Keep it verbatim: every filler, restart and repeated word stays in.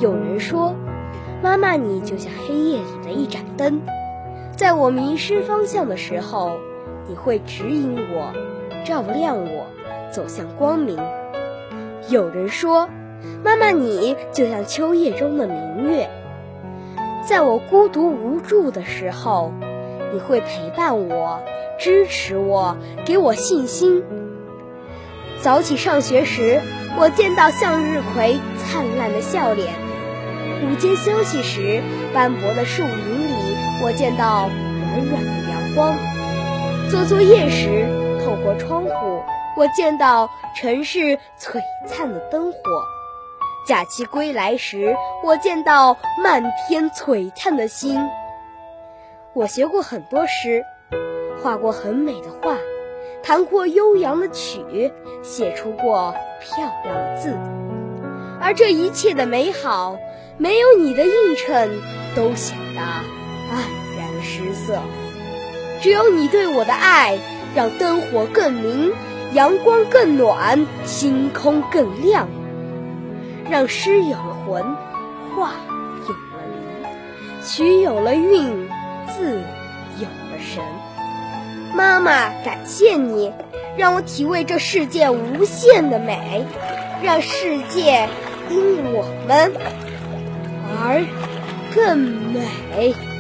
有人说，妈妈你就像黑夜里的一盏灯，在我迷失方向的时候，你会指引我，照亮我，走向光明。有人说，妈妈你就像秋夜中的明月，在我孤独无助的时候，你会陪伴我，支持我，给我信心。早起上学时，我见到向日葵灿烂的笑脸；午间休息时，斑驳的树林里，我见到软软的阳光。做作业时，透过窗户，我见到城市璀璨的灯火。假期归来时，我见到漫天璀璨的星。我学过很多诗，画过很美的画，弹过悠扬的曲，写出过漂亮的字。而这一切的美好，没有你的映衬，都显得黯然失色。只有你对我的爱，让灯火更明，阳光更暖，星空更亮。让诗有了魂，画有了灵，曲有了韵，字有了神。妈妈，感谢你，让我体味这世界无限的美，让世界因我们而更美。